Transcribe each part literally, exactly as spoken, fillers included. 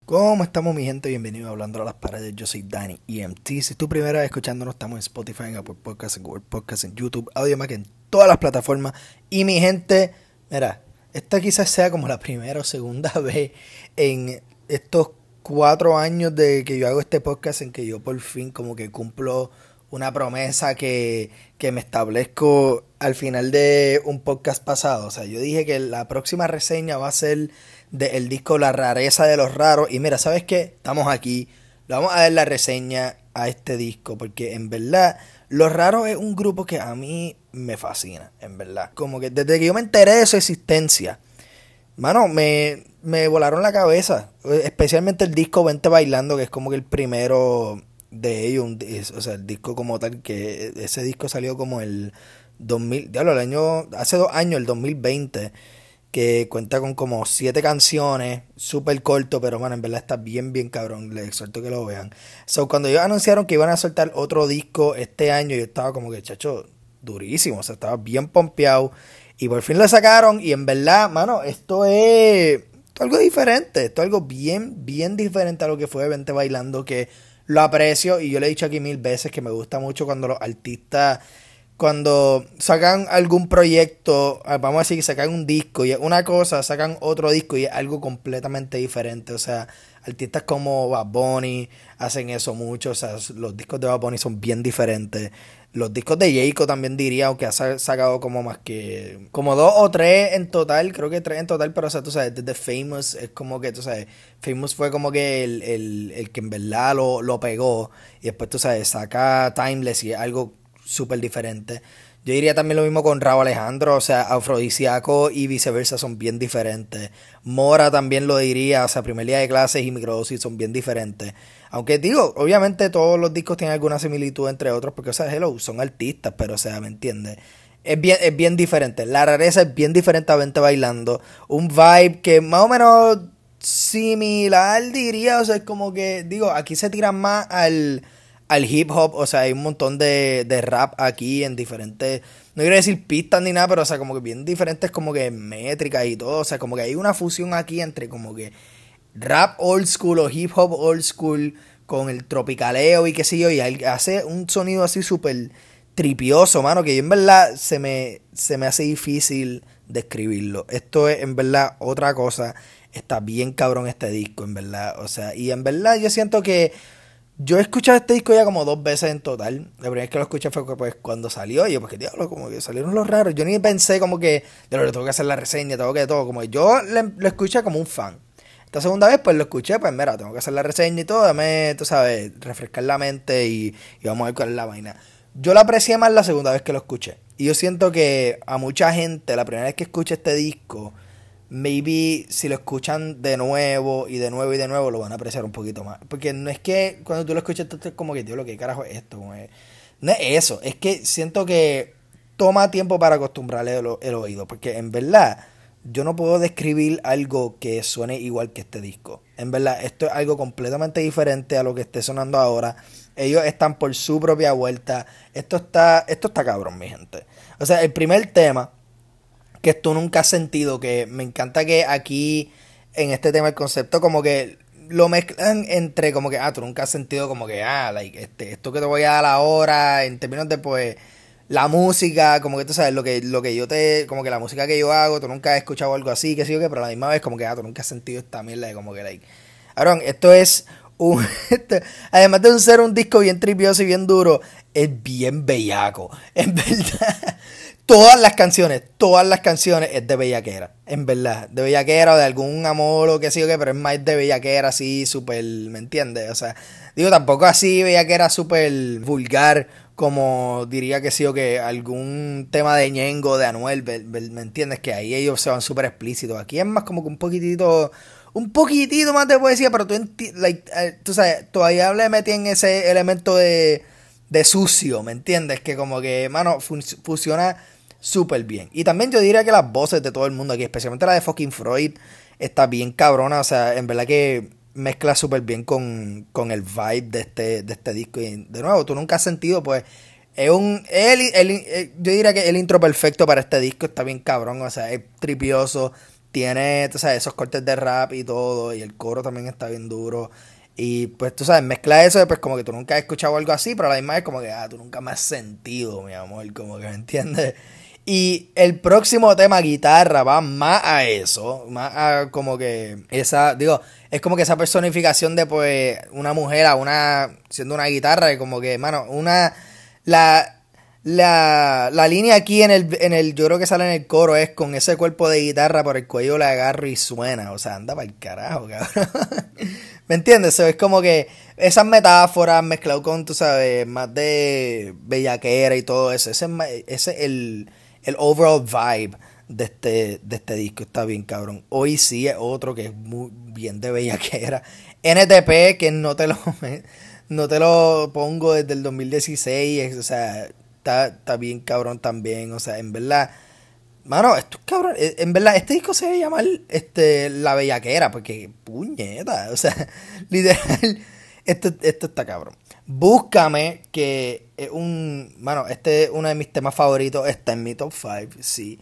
¿Cómo estamos, mi gente? Bienvenido a Hablando a las Paredes. Yo soy Dani E M T. Si es tu primera vez escuchándonos, estamos en Spotify, en Apple Podcasts, en Google Podcasts, en YouTube, Audiomack, en todas las plataformas. Y mi gente, mira, esta quizás sea como la primera o segunda vez en estos cuatro años de que yo hago este podcast en que yo por fin como que cumplo una promesa que, que me establezco al final de un podcast pasado. O sea, yo dije que la próxima reseña va a ser del disco La Rareza de los Raros. Y mira, ¿sabes qué? Estamos aquí. Le vamos a dar la reseña a este disco. Porque en verdad, Los Raros es un grupo que a mí me fascina. En verdad. Como que desde que yo me enteré de su existencia, mano, me, me volaron la cabeza. Especialmente el disco Vente Bailando, que es como que el primero de ellos. Un, es, o sea, el disco como tal, que ese disco salió como el dos mil, diablo, el año, hace dos años, el dos mil veinte, que cuenta con como siete canciones, súper corto, pero bueno, en verdad está bien, bien cabrón, les exhorto que lo vean. So, cuando ellos anunciaron que iban a soltar otro disco este año, yo estaba como que, chacho, durísimo, o sea, estaba bien pompeado, y por fin lo sacaron, y en verdad, mano, esto es, esto es algo diferente, esto es algo bien, bien diferente a lo que fue Vente Bailando, que lo aprecio, y yo le he dicho aquí mil veces que me gusta mucho cuando los artistas, cuando sacan algún proyecto, vamos a decir que sacan un disco y es una cosa, sacan otro disco y es algo completamente diferente. O sea, artistas como Bad Bunny hacen eso mucho. O sea, los discos de Bad Bunny son bien diferentes. Los discos de Jayco también diría, aunque ha sacado como más que, como dos o tres en total, creo que tres en total, pero o sea, tú sabes, desde Famous es como que, tú sabes, Famous fue como que el, el, el que en verdad lo, lo pegó, y después, tú sabes, saca Timeless y es algo súper diferente. Yo diría también lo mismo con Rauw Alejandro, o sea, Afrodisíaco y Viceversa son bien diferentes. Mora también lo diría, o sea, Primer Día de Clases y Microdosis son bien diferentes. Aunque digo, obviamente todos los discos tienen alguna similitud entre otros, porque, o sea, hello, son artistas, pero, o sea, ¿me entiendes? Es bien, es bien diferente. La Rareza es bien diferente a Vente Bailando. Un vibe que más o menos similar, diría, o sea, es como que, digo, aquí se tiran más al al hip hop, o sea, hay un montón de, de rap aquí en diferentes, no quiero decir pistas ni nada, pero o sea, como que bien diferentes como que métricas y todo, o sea, como que hay una fusión aquí entre como que rap old school o hip hop old school con el tropicaleo y qué sé yo, y hace un sonido así súper tripioso, mano, que yo en verdad se me, se me hace difícil describirlo. Esto es en verdad otra cosa, está bien cabrón este disco, en verdad, o sea, y en verdad yo siento que yo he escuchado este disco ya como dos veces en total. La primera vez que lo escuché fue pues cuando salió. Y yo, pues qué diablo, como que salieron los raros. Yo ni pensé como que, de lo que tengo que hacer la reseña, tengo que todo. Como que yo le, lo escuché como un fan. Esta segunda vez, pues lo escuché, pues mira, tengo que hacer la reseña y todo. Dame, tú sabes, refrescar la mente y, y vamos a ver cuál es la vaina. Yo lo aprecié más la segunda vez que lo escuché. Y yo siento que a mucha gente, la primera vez que escucha este disco, maybe si lo escuchan de nuevo y de nuevo y de nuevo lo van a apreciar un poquito más. Porque no es que cuando tú lo escuchas tú estés como que, tío, lo que carajo es esto. Como es- no es eso, es que siento que toma tiempo para acostumbrarle el, el oído. Porque en verdad yo no puedo describir algo que suene igual que este disco. En verdad, esto es algo completamente diferente a lo que esté sonando ahora. Ellos están por su propia vuelta. Esto está, esto está cabrón, mi gente. O sea, el primer tema que tú nunca has sentido, que me encanta que aquí en este tema el concepto como que lo mezclan entre como que, ah, tú nunca has sentido como que, ah, like, este, esto que te voy a dar ahora, en términos de pues la música, como que tú sabes, lo que, lo que yo te, como que la música que yo hago, tú nunca has escuchado algo así, que sí o qué, pero a la misma vez como que, ah, tú nunca has sentido esta mierda de como que, like, Aaron, esto es un, esto- además de un ser un disco bien tripioso y bien duro, es bien bellaco, en verdad. Todas las canciones, todas las canciones es de bellaquera, en verdad. De bellaquera o de algún amor o qué sé yo qué, pero es más de bellaquera así, súper, ¿me entiendes? O sea, digo, tampoco así bellaquera súper vulgar, como diría que sí o que algún tema de Ñengo, de Anuel, ¿me, me entiendes? Que ahí ellos se van súper explícitos. Aquí es más como que un poquitito, un poquitito más de poesía, pero tú, enti- like, eh, tú sabes, todavía le meten ese elemento de, de sucio, ¿me entiendes? Que como que, mano, fun- funciona súper bien. Y también yo diría que las voces de todo el mundo aquí, especialmente la de fucking Freud, está bien cabrona. O sea, en verdad que mezcla súper bien con, con el vibe de este, de este disco. Y de nuevo, tú nunca has sentido, pues, es un. El, el- el- yo diría que el intro perfecto para este disco está bien cabrón. O sea, es tripioso. tiene, tú sabes, esos cortes de rap y todo, y el coro también está bien duro. Y pues tú sabes, mezcla eso de pues como que tú nunca has escuchado algo así, pero a la misma vez como que, ah, tú nunca me has sentido, mi amor, como que me entiendes. Y el próximo tema, guitarra, va más a eso, más a como que esa, digo, es como que esa personificación de pues una mujer a una, siendo una guitarra, y como que, mano, una, la, la, la línea aquí en el, en el, yo creo que sale en el coro es con ese cuerpo de guitarra por el cuello le agarro y suena, o sea, anda para el carajo, cabrón. ¿Me entiendes? O sea, es como que esas metáforas mezclado con, tú sabes, más de bellaquera y todo eso, ese es, ma- ese es el el overall vibe de este, de este disco. Está bien, cabrón. Hoy sí es otro que es muy bien de bellaquera. N T P, que no te lo no te lo pongo desde el dos mil dieciséis. es- o sea, está, está bien cabrón también. O sea, en verdad, mano, esto es cabrón. eh, En verdad, este disco se debe llamar este, La Bellaquera, porque puñeta. O sea, literal, esto, esto está cabrón. Búscame, que es un. Mano, este es uno de mis temas favoritos. Está en mi top cinco, sí.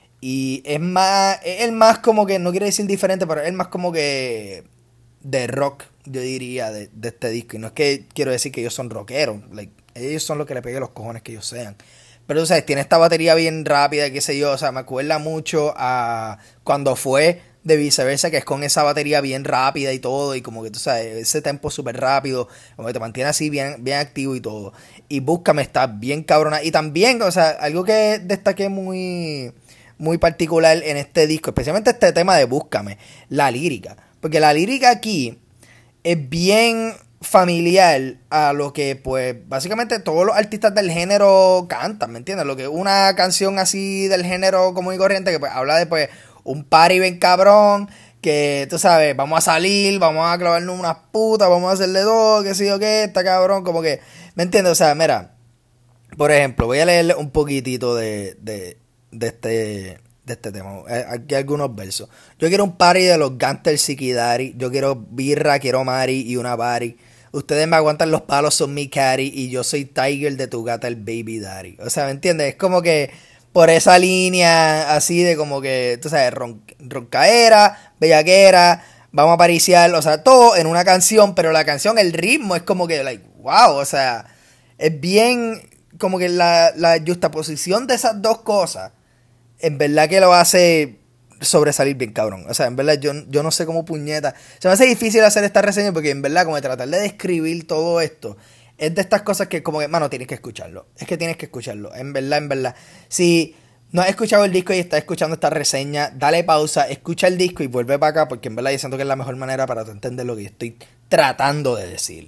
Y es más. Es el más como que. No quiero decir diferente, pero es el más como que. De rock, yo diría, de, de este disco. Y no es que quiero decir que ellos son rockeros. Like, ellos son los que le peguen los cojones que ellos sean. Pero tú sabes, tiene esta batería bien rápida, qué sé yo. O sea, me acuerda mucho a cuando fue de Viceversa, que es con esa batería bien rápida y todo. Y como que tú sabes, ese tempo súper rápido, como que te mantiene así bien, bien activo y todo. Y Búscame está bien cabrona. Y también, o sea, algo que destaqué muy, muy particular en este disco, especialmente este tema de Búscame, la lírica. Porque la lírica aquí es bien familiar a lo que, pues, básicamente todos los artistas del género cantan, ¿me entiendes? Lo que una canción así del género común y corriente que, pues, habla de, pues, un party bien cabrón, que, tú sabes, vamos a salir, vamos a clavarnos unas putas, vamos a hacerle dos, que sí o qué, está cabrón, como que, ¿me entiendes? O sea, mira, por ejemplo, voy a leerle un poquitito de, de, de este de este tema. Eh, Aquí hay algunos versos. Yo quiero un party de los Gangsters Sikidari. Yo quiero birra, quiero Mari y una party. Ustedes me aguantan los palos, son mi carry. Y yo soy Tiger de tu gata, el baby daddy. O sea, ¿me entiendes? Es como que por esa línea así de como que, tú sabes, ron, roncaera, bellaquera, vamos a pariciar. O sea, todo en una canción. Pero la canción, el ritmo es como que, like, wow. O sea, es bien como que la, la juxtaposición de esas dos cosas en verdad que lo hace sobresalir bien cabrón. O sea, en verdad yo, yo no sé cómo puñeta. Se me hace difícil hacer esta reseña porque en verdad como de tratar de describir todo esto es de estas cosas que como que, mano, tienes que escucharlo. Es que tienes que escucharlo. En verdad, en verdad. Si no has escuchado el disco y estás escuchando esta reseña, dale pausa, escucha el disco y vuelve para acá porque en verdad yo siento que es la mejor manera para tú entender lo que yo estoy tratando de decir.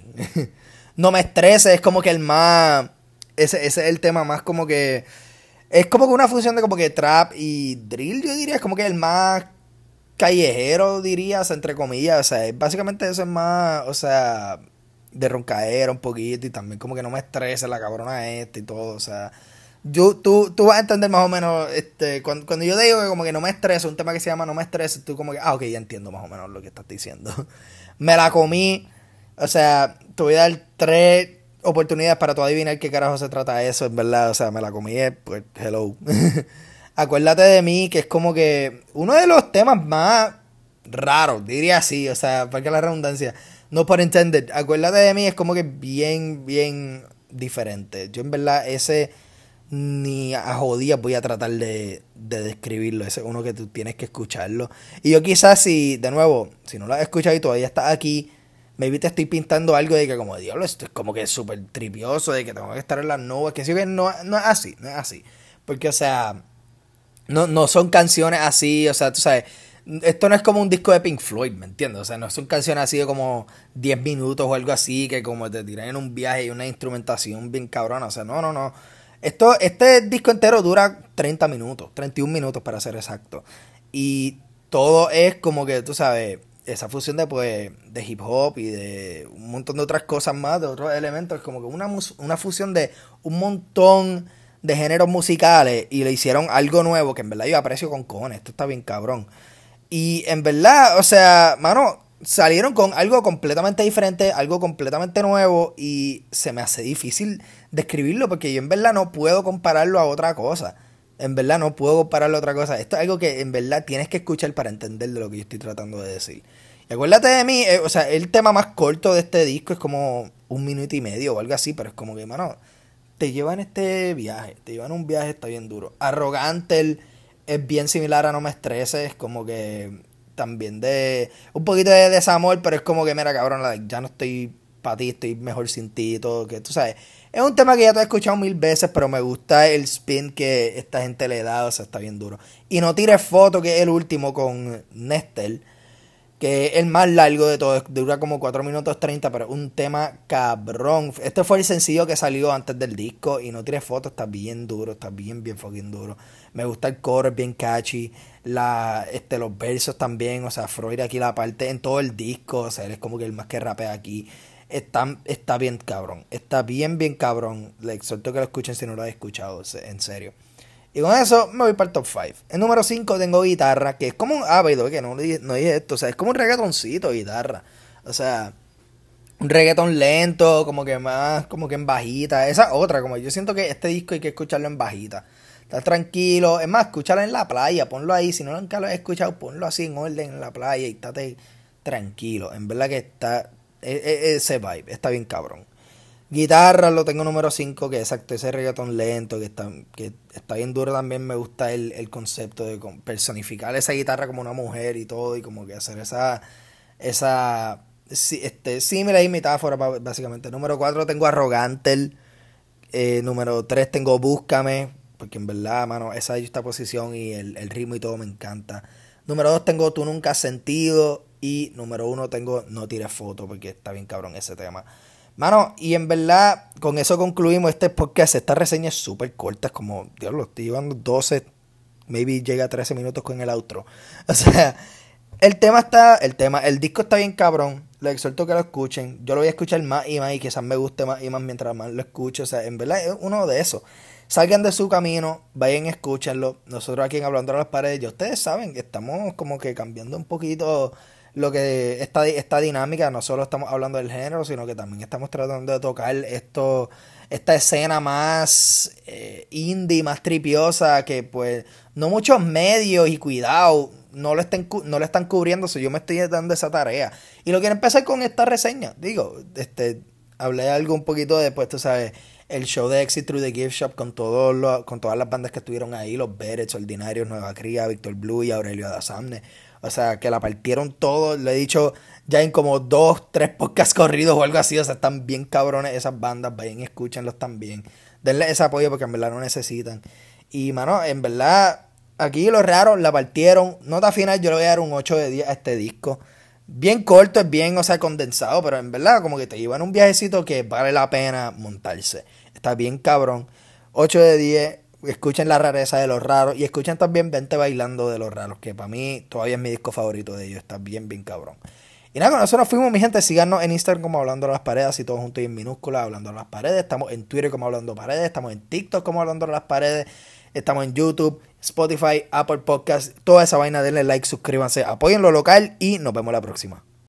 No me estreses, es como que el más... Ese, ese es el tema más como que... Es como que una fusión de como que trap y drill, yo diría. Es como que el más callejero, dirías, entre comillas. O sea, es- básicamente eso es más, o sea, de roncaera un poquito. Y también como que no me estresa la cabrona esta y todo. O sea, yo, tú, tú vas a entender más o menos, este, cuando, cuando yo digo que como que no me estresa, un tema que se llama no me estresa, tú como que, ah, ok, ya entiendo más o menos lo que estás diciendo. Me la comí. O sea, te voy a dar tres oportunidades para tú adivinar qué carajo se trata eso, en verdad. O sea, me la comí, eh, pues, hello. Acuérdate de mí, que es como que uno de los temas más raros, diría así, o sea, para que la redundancia, no por intended. Acuérdate de mí es como que bien, bien diferente. Yo en verdad ese ni a jodías voy a tratar de, de describirlo. Ese es uno que tú tienes que escucharlo. Y yo quizás si, de nuevo, si no lo has escuchado y todavía estás aquí, maybe te estoy pintando algo de que como, diablo, esto es como que súper tripioso, de que tengo que estar en las nubes, que sí que no, no es así, no es así. Porque, o sea, no, no son canciones así, o sea, tú sabes, esto no es como un disco de Pink Floyd, ¿me entiendes? O sea, no son canciones así de como diez minutos o algo así, que como te tiran en un viaje y una instrumentación bien cabrona, o sea, no, no, no. Esto, este disco entero dura treinta minutos, treinta y un minutos para ser exacto. Y todo es como que, tú sabes, esa fusión de, pues, de hip hop y de un montón de otras cosas más, de otros elementos, como que una, mus- una fusión de un montón de géneros musicales y le hicieron algo nuevo que en verdad yo aprecio con cojones. Esto está bien cabrón. Y en verdad, o sea, mano, salieron con algo completamente diferente, algo completamente nuevo y se me hace difícil describirlo porque yo en verdad no puedo compararlo a otra cosa. En verdad no puedo compararlo a otra cosa. Esto es algo que en verdad tienes que escuchar para entender de lo que yo estoy tratando de decir. Y acuérdate de mí, eh, o sea, el tema más corto de este disco es como un minuto y medio o algo así, pero es como que, mano, te llevan este viaje, te llevan un viaje, está bien duro. Arrogante el- es bien similar a No Me Estreses, es como que también de un poquito de desamor, pero es como que, mira, cabrón, like, ya no estoy para ti, estoy mejor sin ti y todo, que tú sabes. Es un tema que ya te he escuchado mil veces, pero me gusta el spin que esta gente le da, o sea, está bien duro. Y No Tires Foto, que es el último con Nestel, que es el más largo de todo, dura como cuatro minutos treinta, pero un tema cabrón. Este fue el sencillo que salió antes del disco y No Tires Foto, está bien duro, está bien, bien fucking duro. Me gusta el coro, es bien catchy, la, este, los versos también, o sea, Freud aquí la parte en todo el disco, o sea, él es como que el más que rapea aquí. Está, está bien cabrón, está bien, bien cabrón. Le exhorto que lo escuchen si no lo han escuchado, en serio. Y con eso me voy para el top cinco. En número cinco tengo Guitarra, que es como un... Ah, pero que no, dije- no dije esto. O sea, es como un reggaetoncito, Guitarra. O sea, un reggaeton lento, como que más, como que en bajita. Esa otra, como yo siento que este disco hay que escucharlo en bajita. Estar tranquilo. Es más, escúchalo en la playa, ponlo ahí. Si no nunca lo has escuchado, ponlo así en orden en la playa y estate tranquilo. En verdad que está... e- e- Ese vibe, está bien cabrón. Guitarra lo tengo número cinco, que exacto, ese reggaetón lento, que está, que está bien duro también. Me gusta el, el concepto de personificar esa guitarra como una mujer y todo, y como que hacer esa, esa, sí, este, símile y metáfora, básicamente. Número cuatro tengo Arrogante, eh, número tres tengo Búscame, porque en verdad, mano, esa esta posición y el, el ritmo y todo me encanta. Número dos tengo Tú Nunca Has Sentido, y número uno tengo No Tires Foto, porque está bien cabrón ese tema. Mano, y en verdad, con eso concluimos este podcast. Esta reseña es súper corta, es como, diablo, estoy llevando doce, maybe llega a trece minutos con el outro. O sea, el tema está, el tema, el disco está bien cabrón. Les exhorto que lo escuchen. Yo lo voy a escuchar más y más y quizás me guste más y más mientras más lo escucho. O sea, en verdad es uno de esos. Salgan de su camino, vayan, escúchenlo. Nosotros aquí en Hablando a las Paredes, ya ustedes saben que estamos como que cambiando un poquito lo que esta, esta dinámica. No solo estamos hablando del género, sino que también estamos tratando de tocar esto, esta escena más eh, indie, más tripiosa, que pues no muchos medios y cuidado no lo estén no lo están cubriendo. So yo me estoy dando esa tarea y lo quiero empezar con esta reseña. Digo, este hablé algo un poquito después, tú sabes, el show de Exit Through the Gift Shop con todos los, con todas las bandas que estuvieron ahí, los Berets, Ordinarios, Nueva Cría, Víctor Blue y Aurelio Adasamne. O sea, que la partieron todo. Le he dicho ya en como dos, tres podcasts corridos o algo así. O sea, están bien cabrones esas bandas. Vayan, escúchenlos también. Denle ese apoyo porque en verdad lo necesitan. Y, mano, en verdad, aquí los raros la partieron. Nota final, yo le voy a dar un ocho de diez a este disco. Bien corto, es bien, o sea, condensado. Pero en verdad, como que te llevan un viajecito que vale la pena montarse. Está bien cabrón. Ocho de diez. Escuchen la rareza de los raros y escuchen también Vente Bailando de los Raros, que para mí todavía es mi disco favorito de ellos. Está bien, bien cabrón. Y nada, con eso nos fuimos, mi gente. Síganos en Instagram como Hablando a las Paredes, así todos juntos y en minúsculas, Hablando a las Paredes. Estamos en Twitter como Hablando Paredes. Estamos en TikTok como Hablando a las Paredes. Estamos en YouTube, Spotify, Apple Podcast. Toda esa vaina, denle like, suscríbanse, apoyen lo local y nos vemos la próxima.